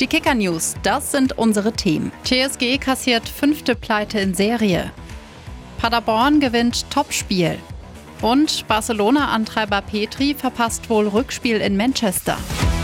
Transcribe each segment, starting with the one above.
Die Kicker-News, das sind unsere Themen. TSG kassiert 5. Pleite in Serie. Paderborn gewinnt Topspiel. Und Barcelona-Antreiber Petry verpasst wohl Rückspiel in Manchester.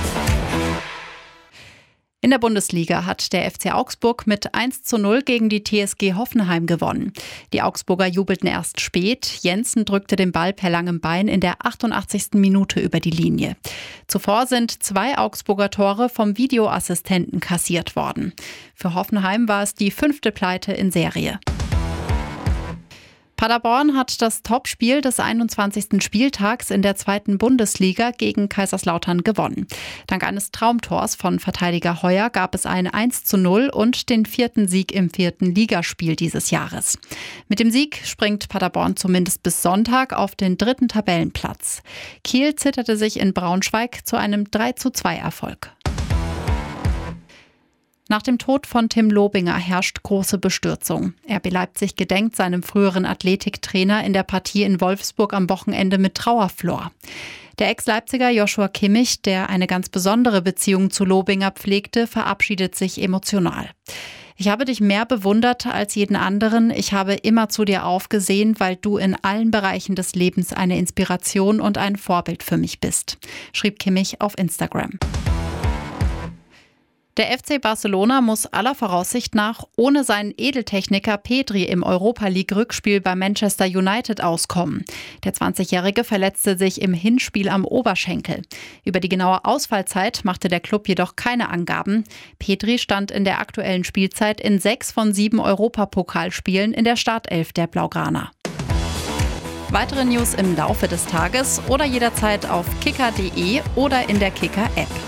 In der Bundesliga hat der FC Augsburg mit 1:0 gegen die TSG Hoffenheim gewonnen. Die Augsburger jubelten erst spät. Jensen drückte den Ball per langem Bein in der 88. Minute über die Linie. Zuvor sind 2 Augsburger Tore vom Videoassistenten kassiert worden. Für Hoffenheim war es die 5. Pleite in Serie. Paderborn hat das Topspiel des 21. Spieltags in der 2. Bundesliga gegen Kaiserslautern gewonnen. Dank eines Traumtors von Verteidiger Heuer gab es ein 1:0 und den 4. Sieg im 4. Ligaspiel dieses Jahres. Mit dem Sieg springt Paderborn zumindest bis Sonntag auf den 3. Tabellenplatz. Kiel zitterte sich in Braunschweig zu einem 3:2-Erfolg. Nach dem Tod von Tim Lobinger herrscht große Bestürzung. RB Leipzig gedenkt seinem früheren Athletiktrainer in der Partie in Wolfsburg am Wochenende mit Trauerflor. Der Ex-Leipziger Joshua Kimmich, der eine ganz besondere Beziehung zu Lobinger pflegte, verabschiedet sich emotional. Ich habe dich mehr bewundert als jeden anderen. Ich habe immer zu dir aufgesehen, weil du in allen Bereichen des Lebens eine Inspiration und ein Vorbild für mich bist, schrieb Kimmich auf Instagram. Der FC Barcelona muss aller Voraussicht nach ohne seinen Edeltechniker Petry im Europa-League-Rückspiel bei Manchester United auskommen. Der 20-Jährige verletzte sich im Hinspiel am Oberschenkel. Über die genaue Ausfallzeit machte der Klub jedoch keine Angaben. Petry stand in der aktuellen Spielzeit in 6 von 7 Europapokalspielen in der Startelf der Blaugraner. Weitere News im Laufe des Tages oder jederzeit auf kicker.de oder in der Kicker-App.